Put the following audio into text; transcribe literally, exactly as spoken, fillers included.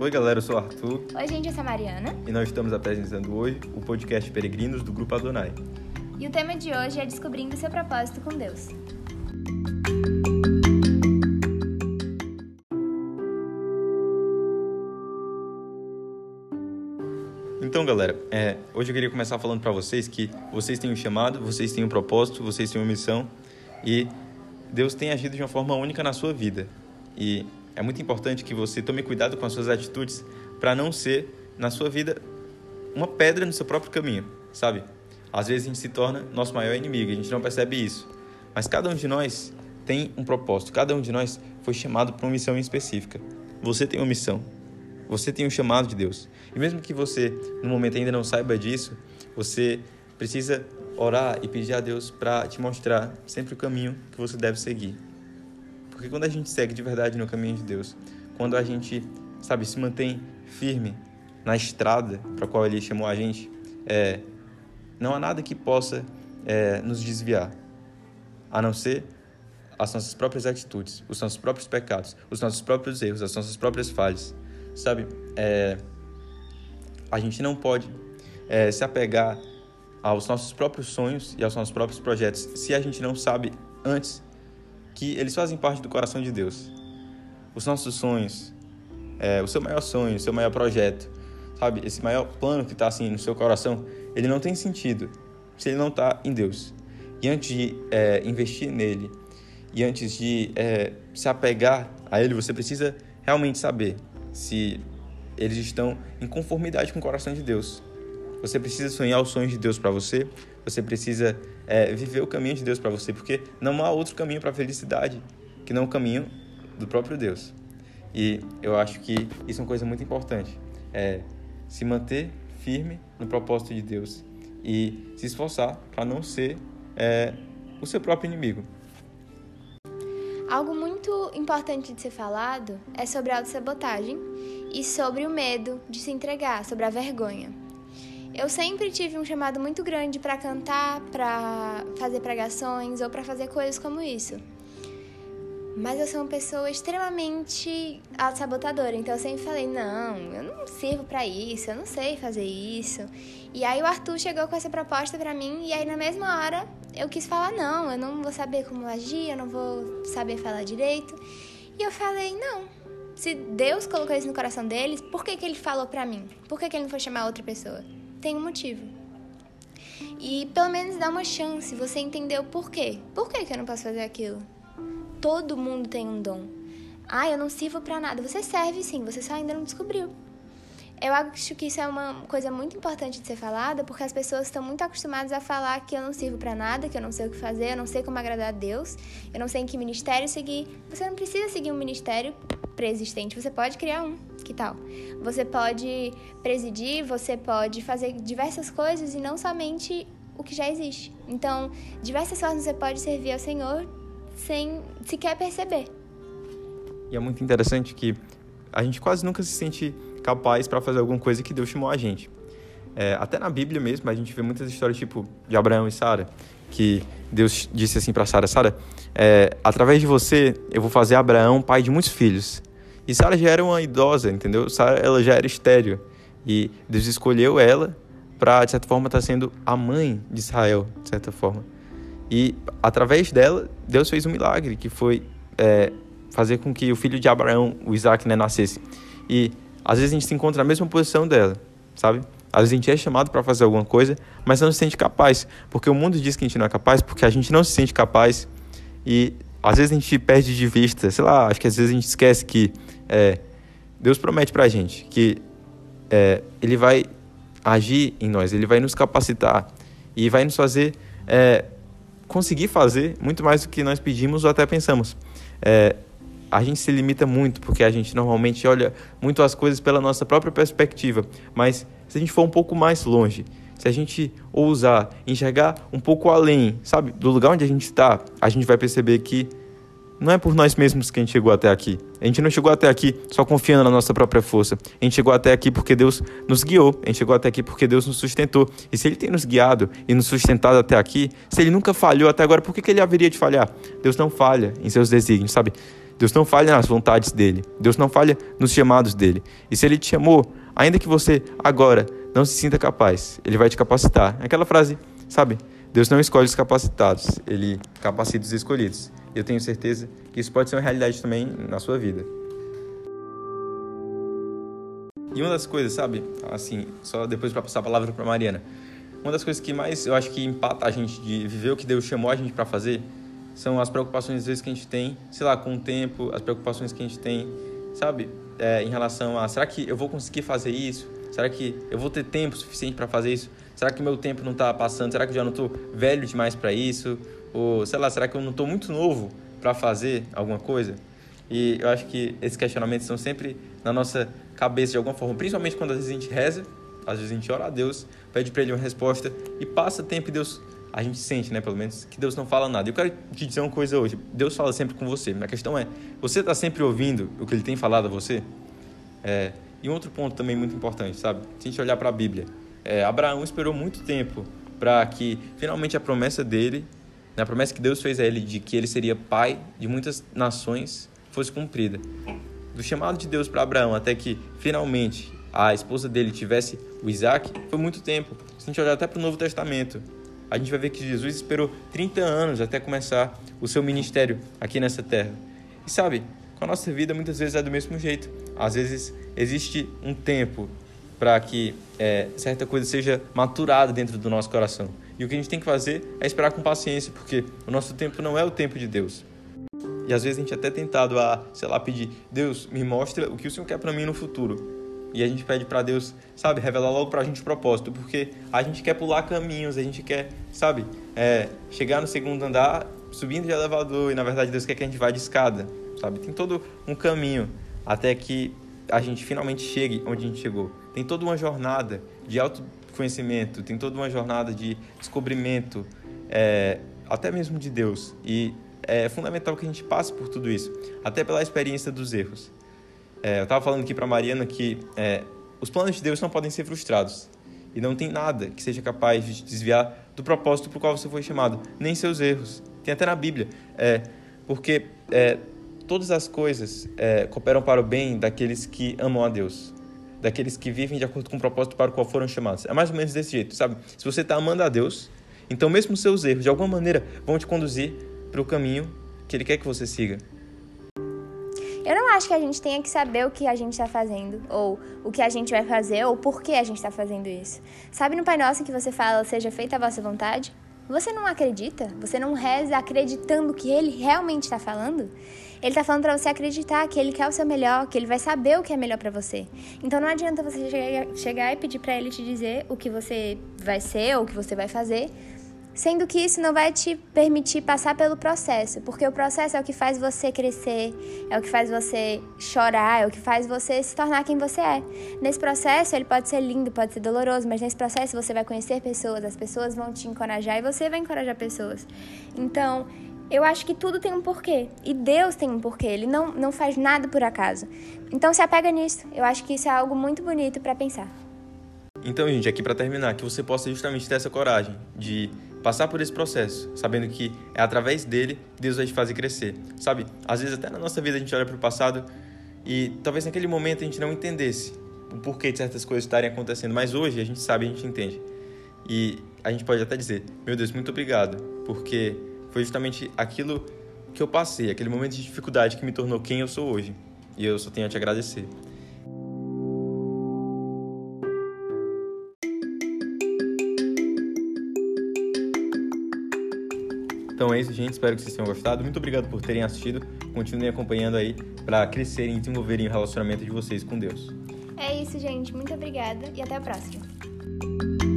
Oi galera, eu sou o Arthur. Oi gente, eu sou a Mariana. E nós estamos apresentando hoje o podcast Peregrinos do Grupo Adonai. E o tema de hoje é Descobrindo seu propósito com Deus. Então galera, é, hoje eu queria começar falando para vocês que vocês têm um chamado, vocês têm um propósito, vocês têm uma missão e Deus tem agido de uma forma única na sua vida. E é muito importante que você tome cuidado com as suas atitudes para não ser, na sua vida, uma pedra no seu próprio caminho, sabe? Às vezes a gente se torna nosso maior inimigo, a gente não percebe isso. Mas cada um de nós tem um propósito, cada um de nós foi chamado para uma missão específica. Você tem uma missão, você tem um chamado de Deus. E mesmo que você, no momento, ainda não saiba disso, você precisa orar e pedir a Deus para te mostrar sempre o caminho que você deve seguir. Porque quando a gente segue de verdade no caminho de Deus, quando a gente, sabe, se mantém firme na estrada para a qual Ele chamou a gente, é, não há nada que possa é, nos desviar, a não ser as nossas próprias atitudes, os nossos próprios pecados, os nossos próprios erros, as nossas próprias falhas. Sabe, é, a gente não pode é, se apegar aos nossos próprios sonhos e aos nossos próprios projetos se a gente não sabe antes que eles fazem parte do coração de Deus. Os nossos sonhos, é, o seu maior sonho, o seu maior projeto, sabe, esse maior plano que está assim no seu coração, ele não tem sentido se ele não está em Deus. E antes de é, investir nele e antes de é, se apegar a ele, você precisa realmente saber se eles estão em conformidade com o coração de Deus. Você precisa sonhar os sonhos de Deus para você. Você precisa é, viver o caminho de Deus para você, porque não há outro caminho para a felicidade que não o caminho do próprio Deus. E eu acho que isso é uma coisa muito importante. É se manter firme no propósito de Deus e se esforçar para não ser é, o seu próprio inimigo. Algo muito importante de ser falado é sobre a autossabotagem e sobre o medo de se entregar, sobre a vergonha. Eu sempre tive um chamado muito grande para cantar, para fazer pregações ou para fazer coisas como isso. Mas eu sou uma pessoa extremamente autossabotadora, então eu sempre falei, não, eu não sirvo para isso, eu não sei fazer isso. E aí o Arthur chegou com essa proposta para mim e aí na mesma hora eu quis falar, não, eu não vou saber como agir, eu não vou saber falar direito. E eu falei, não, se Deus colocou isso no coração deles, por que que ele falou para mim? Por que que ele não foi chamar outra pessoa? Tem um motivo. E pelo menos dá uma chance, você entender o porquê. Por que que eu não posso fazer aquilo? Todo mundo tem um dom. Ah, eu não sirvo pra nada. Você serve sim, você só ainda não descobriu. Eu acho que isso é uma coisa muito importante de ser falada, porque as pessoas estão muito acostumadas a falar que eu não sirvo pra nada, que eu não sei o que fazer, eu não sei como agradar a Deus, eu não sei em que ministério seguir. Você não precisa seguir um ministério pré-existente, você pode criar um. Que tal? Você pode presidir, você pode fazer diversas coisas e não somente o que já existe. Então, diversas formas você pode servir ao Senhor sem sequer perceber. E é muito interessante que a gente quase nunca se sente capaz para fazer alguma coisa que Deus chamou a gente. É, até na Bíblia mesmo, a gente vê muitas histórias tipo de Abraão e Sara, que Deus disse assim para Sara, Sara, é, através de você eu vou fazer Abraão pai de muitos filhos. E Sara já era uma idosa, entendeu? Sara, ela já era estéril. E Deus escolheu ela para, de certa forma, estar sendo a mãe de Israel, de certa forma. E, através dela, Deus fez um milagre, que foi é, fazer com que o filho de Abraão, o Isaac, né, nascesse. E, às vezes, a gente se encontra na mesma posição dela, sabe? Às vezes, a gente é chamado para fazer alguma coisa, mas não se sente capaz. Porque o mundo diz que a gente não é capaz, porque a gente não se sente capaz. E, às vezes, a gente perde de vista, sei lá, acho que às vezes a gente esquece que é, Deus promete pra gente que é, Ele vai agir em nós, Ele vai nos capacitar e vai nos fazer é, conseguir fazer muito mais do que nós pedimos ou até pensamos. É, a gente se limita muito porque a gente normalmente olha muito as coisas pela nossa própria perspectiva, mas se a gente for um pouco mais longe, se a gente ousar enxergar um pouco além, sabe, do lugar onde a gente está, a gente vai perceber que não é por nós mesmos que a gente chegou até aqui. A gente não chegou até aqui só confiando na nossa própria força. A gente chegou até aqui porque Deus nos guiou. A gente chegou até aqui porque Deus nos sustentou. E se Ele tem nos guiado e nos sustentado até aqui, se Ele nunca falhou até agora, por que que Ele haveria de falhar? Deus não falha em seus desígnios, sabe? Deus não falha nas vontades dele. Deus não falha nos chamados dele. E se ele te chamou, ainda que você agora não se sinta capaz, ele vai te capacitar. Aquela frase, sabe? Deus não escolhe os capacitados, ele capacita os escolhidos. E eu tenho certeza que isso pode ser uma realidade também na sua vida. E uma das coisas, sabe? Assim, só depois para passar a palavra para Mariana. Uma das coisas que mais eu acho que empata a gente de viver o que Deus chamou a gente para fazer são as preocupações, às vezes, que a gente tem, sei lá, com o tempo, as preocupações que a gente tem, sabe? É, em relação a, será que eu vou conseguir fazer isso? Será que eu vou ter tempo suficiente para fazer isso? Será que meu tempo não está passando? Será que eu já não estou velho demais para isso? Ou, sei lá, será que eu não estou muito novo para fazer alguma coisa? E eu acho que esses questionamentos estão sempre na nossa cabeça de alguma forma, principalmente quando às vezes a gente reza, às vezes a gente ora a Deus, pede para Ele uma resposta e passa tempo e Deus, a gente sente, né, pelo menos, que Deus não fala nada. Eu quero te dizer uma coisa hoje, Deus fala sempre com você, a questão é, você está sempre ouvindo o que Ele tem falado a você? É, e um outro ponto também muito importante, sabe? Se a gente olhar para a Bíblia, é, Abraão esperou muito tempo para que finalmente a promessa dele, né, a promessa que Deus fez a ele de que ele seria pai de muitas nações, fosse cumprida. Do chamado de Deus para Abraão até que finalmente a esposa dele tivesse o Isaac, foi muito tempo. Se a gente olhar até para o Novo Testamento, a gente vai ver que Jesus esperou trinta anos até começar o seu ministério aqui nessa terra. E sabe, com a nossa vida muitas vezes é do mesmo jeito. Às vezes existe um tempo para que é, certa coisa seja maturada dentro do nosso coração. E o que a gente tem que fazer é esperar com paciência, porque o nosso tempo não é o tempo de Deus. E às vezes a gente é até tentado a, sei lá, pedir, Deus, me mostra o que o Senhor quer para mim no futuro. E a gente pede para Deus, sabe, revelar logo para a gente o propósito, porque a gente quer pular caminhos, a gente quer, sabe, é, chegar no segundo andar, subindo de elevador, e na verdade Deus quer que a gente vá de escada, sabe? Tem todo um caminho até que a gente finalmente chegue onde a gente chegou. Tem toda uma jornada de autoconhecimento, tem toda uma jornada de descobrimento, é, até mesmo de Deus. E é fundamental que a gente passe por tudo isso, até pela experiência dos erros. É, eu estava falando aqui para a Mariana que é, os planos de Deus não podem ser frustrados. E não tem nada que seja capaz de te desviar do propósito para o qual você foi chamado, nem seus erros. Tem até na Bíblia. É, porque é, todas as coisas é, cooperam para o bem daqueles que amam a Deus, daqueles que vivem de acordo com o propósito para o qual foram chamados. É mais ou menos desse jeito, sabe? Se você está amando a Deus, então mesmo seus erros, de alguma maneira, vão te conduzir para o caminho que Ele quer que você siga. Eu não acho que a gente tenha que saber o que a gente está fazendo, ou o que a gente vai fazer, ou por que a gente está fazendo isso. Sabe no Pai Nosso que você fala, seja feita a vossa vontade? Você não acredita? Você não reza acreditando que Ele realmente está falando? Ele está falando para você acreditar que Ele quer o seu melhor, que Ele vai saber o que é melhor para você. Então não adianta você chegar e pedir para Ele te dizer o que você vai ser ou o que você vai fazer, sendo que isso não vai te permitir passar pelo processo, porque o processo é o que faz você crescer, é o que faz você chorar, é o que faz você se tornar quem você é. Nesse processo, ele pode ser lindo, pode ser doloroso, mas nesse processo você vai conhecer pessoas, as pessoas vão te encorajar e você vai encorajar pessoas. Então, eu acho que tudo tem um porquê, e Deus tem um porquê, Ele não, não faz nada por acaso. Então, se apega nisso, eu acho que isso é algo muito bonito para pensar. Então, gente, aqui para terminar, que você possa justamente ter essa coragem de passar por esse processo, sabendo que é através dele que Deus vai te fazer crescer, sabe? Às vezes até na nossa vida a gente olha para o passado e talvez naquele momento a gente não entendesse o porquê de certas coisas estarem acontecendo, mas hoje a gente sabe, a gente entende. E a gente pode até dizer, meu Deus, muito obrigado, porque foi justamente aquilo que eu passei, aquele momento de dificuldade que me tornou quem eu sou hoje. E eu só tenho a te agradecer. Então é isso, gente. Espero que vocês tenham gostado. Muito obrigado por terem assistido. Continuem acompanhando aí para crescerem e desenvolverem o relacionamento de vocês com Deus. É isso, gente. Muito obrigada e até a próxima.